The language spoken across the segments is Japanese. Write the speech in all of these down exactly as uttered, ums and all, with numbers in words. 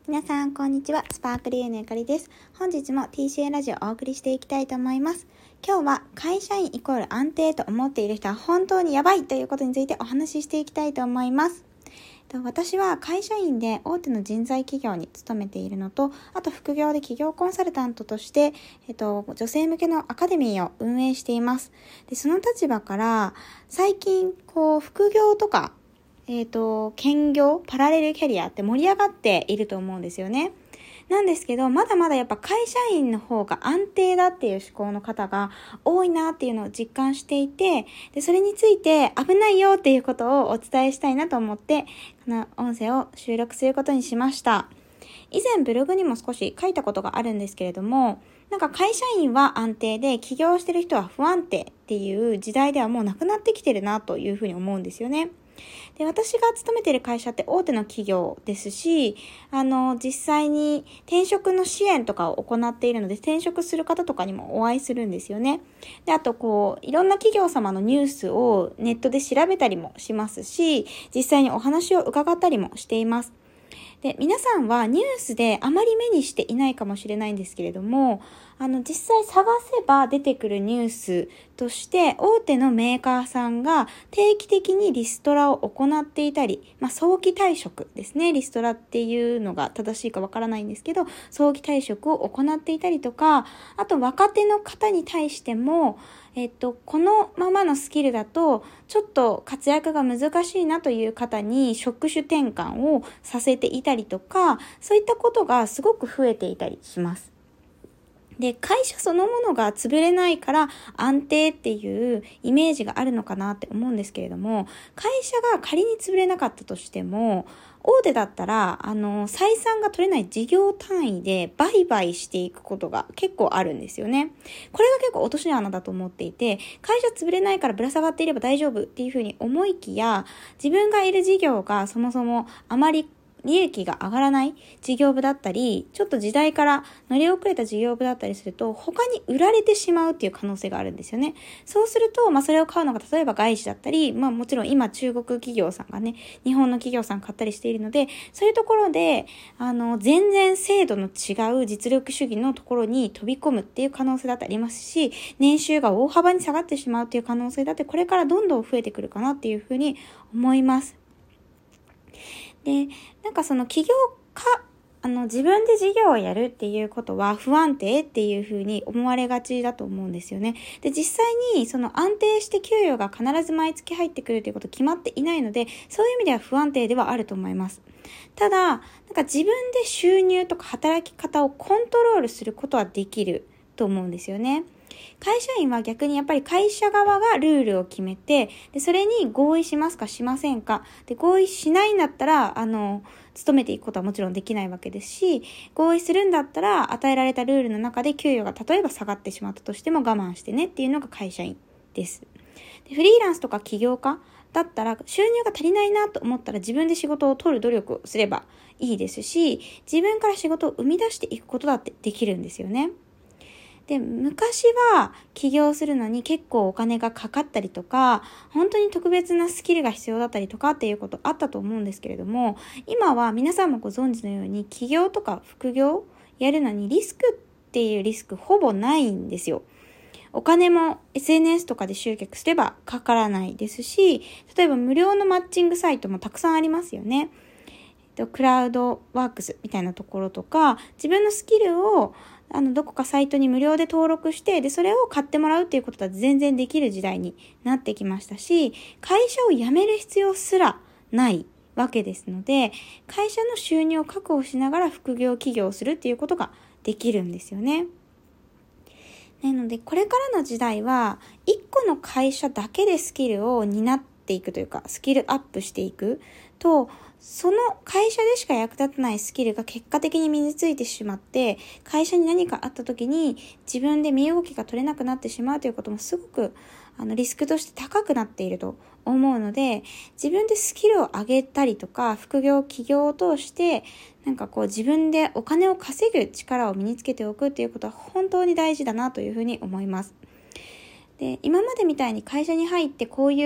皆さんこんにちは、スパークリーのゆかりです。本日も ティーシーエー ラジオをお送りしていきたいと思います。今日は会社員イコール安定と思っている人は本当にやばいということについてお話ししていきたいと思います。私は会社員で大手の人材企業に勤めているのと、あと副業で企業コンサルタントとして、えっと、女性向けのアカデミーを運営しています。で、その立場から最近こう副業とかえっと、兼業、パラレルキャリアって盛り上がっていると思うんですよね。なんですけど、まだまだやっぱ会社員の方が安定だっていう思考の方が多いなっていうのを実感していて、で、それについて危ないよっていうことをお伝えしたいなと思って、この音声を収録することにしました。以前ブログにも少し書いたことがあるんですけれども、なんか会社員は安定で起業してる人は不安定っていう時代ではもうなくなってきてるなというふうに思うんですよね。で、私が勤めている会社って大手の企業ですし、あの、実際に転職の支援とかを行っているので、転職する方とかにもお会いするんですよね。で、あとこう、いろんな企業様のニュースをネットで調べたりもしますし、実際にお話を伺ったりもしています。で、皆さんはニュースであまり目にしていないかもしれないんですけれども、あの、実際探せば出てくるニュースとして、大手のメーカーさんが定期的にリストラを行っていたり、まあ、早期退職ですね。リストラっていうのが正しいかわからないんですけど、早期退職を行っていたりとか、あと若手の方に対しても、えっと、このままのスキルだと、ちょっと活躍が難しいなという方に職種転換をさせていたりとか、そういったことがすごく増えていたりします。で、会社そのものが潰れないから安定っていうイメージがあるのかなって思うんですけれども、会社が仮に潰れなかったとしても、大手だったら、あの、採算が取れない事業単位で売買していくことが結構あるんですよね。これが結構落とし穴だと思っていて、会社潰れないからぶら下がっていれば大丈夫っていうふうに思いきや、自分がいる事業がそもそもあまり利益が上がらない事業部だったり、ちょっと時代から乗り遅れた事業部だったりすると、他に売られてしまうっていう可能性があるんですよね。そうすると、まあそれを買うのが例えば外資だったり、まあもちろん今中国企業さんがね、日本の企業さん買ったりしているので、そういうところで、あの、全然精度の違う実力主義のところに飛び込むっていう可能性だってありますし、年収が大幅に下がってしまうっていう可能性だってこれからどんどん増えてくるかなっていうふうに思います。で、なんかその起業家、あの自分で事業をやるっていうことは不安定っていうふうに思われがちだと思うんですよね。で、実際にその安定して給与が必ず毎月入ってくるということ決まっていないので、そういう意味では不安定ではあると思います。ただ、なんか自分で収入とか働き方をコントロールすることはできると思うんですよね。会社員は逆にやっぱり会社側がルールを決めて、でそれに合意しますかしませんか。で合意しないんだったら、あの、勤めていくことはもちろんできないわけですし、合意するんだったら与えられたルールの中で給与が例えば下がってしまったとしても我慢してねっていうのが会社員です。でフリーランスとか起業家だったら収入が足りないなと思ったら自分で仕事を取る努力をすればいいですし、自分から仕事を生み出していくことだってできるんですよね。で、昔は起業するのに結構お金がかかったりとか、本当に特別なスキルが必要だったりとかっていうことあったと思うんですけれども、今は皆さんもご存知のように起業とか副業やるのにリスクっていうリスクほぼないんですよ。お金も エスエヌエス とかで集客すればかからないですし、例えば無料のマッチングサイトもたくさんありますよね。クラウドワークスみたいなところとか、自分のスキルをあのどこかサイトに無料で登録して、でそれを買ってもらうっていうことは全然できる時代になってきましたし、会社を辞める必要すらないわけですので、会社の収入を確保しながら副業起業するっていうことができるんですよね。なのでこれからの時代は一個の会社だけでスキルを担っていくというか、スキルアップしていくと、その会社でしか役立たないスキルが結果的に身についてしまって、会社に何かあった時に自分で身動きが取れなくなってしまうということもすごくあのリスクとして高くなっていると思うので、自分でスキルを上げたりとか、副業、起業を通してなんかこう自分でお金を稼ぐ力を身につけておくっていうことは本当に大事だなというふうに思います。で、今までみたいに会社に入ってこういう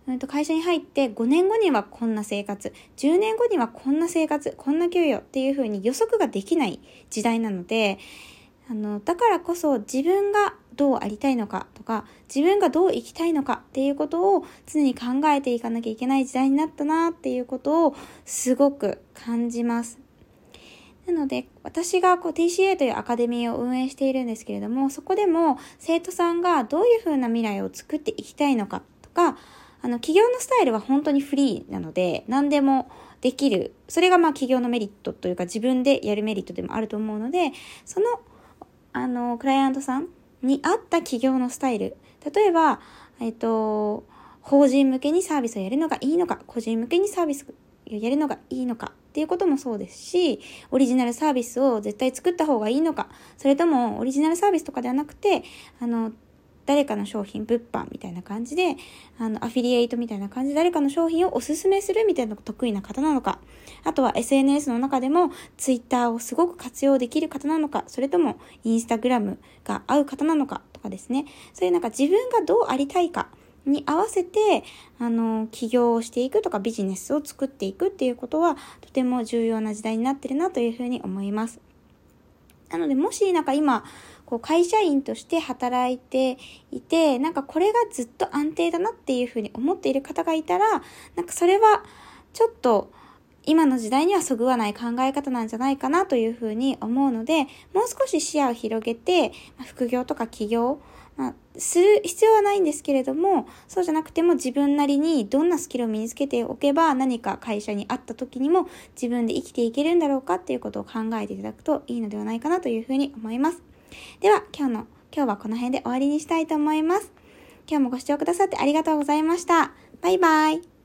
うんと会社に入ってごねんごにはこんな生活、じゅうねんごにはこんな生活、こんな給与っていう風に予測ができない時代なので、あの、だからこそ自分がどうありたいのかとか、自分がどう生きたいのかっていうことを常に考えていかなきゃいけない時代になったなっていうことをすごく感じます。なので、私がこう ティーシーエー というアカデミーを運営しているんですけれども、そこでも生徒さんがどういう風な未来を作っていきたいのかとか、あの、企業のスタイルは本当にフリーなので、何でもできる。それがまあ企業のメリットというか、自分でやるメリットでもあると思うので、その、あの、クライアントさんに合った企業のスタイル。例えば、えっと、法人向けにサービスをやるのがいいのか、個人向けにサービスをやるのがいいのかっていうこともそうですし、オリジナルサービスを絶対作った方がいいのか、それともオリジナルサービスとかではなくて、あの、誰かの商品、物販みたいな感じで、あの、アフィリエイトみたいな感じで誰かの商品をおすすめするみたいなのが得意な方なのか、あとは エスエヌエス の中でも Twitter をすごく活用できる方なのか、それとも Instagram が合う方なのかとかですね、そういうなんか自分がどうありたいかに合わせて、あの、起業をしていくとかビジネスを作っていくっていうことはとても重要な時代になってるなというふうに思います。なので、もしなんか今、こう会社員として働いていて、なんかこれがずっと安定だなっていうふうに思っている方がいたら、なんかそれはちょっと今の時代にはそぐわない考え方なんじゃないかなというふうに思うので、もう少し視野を広げて、副業とか起業、まあ、する必要はないんですけれども、そうじゃなくても自分なりにどんなスキルを身につけておけば何か会社に会った時にも自分で生きていけるんだろうかっていうことを考えていただくといいのではないかなというふうに思います。では今日の今日はこの辺で終わりにしたいと思います。今日もご視聴くださってありがとうございました。バイバイ。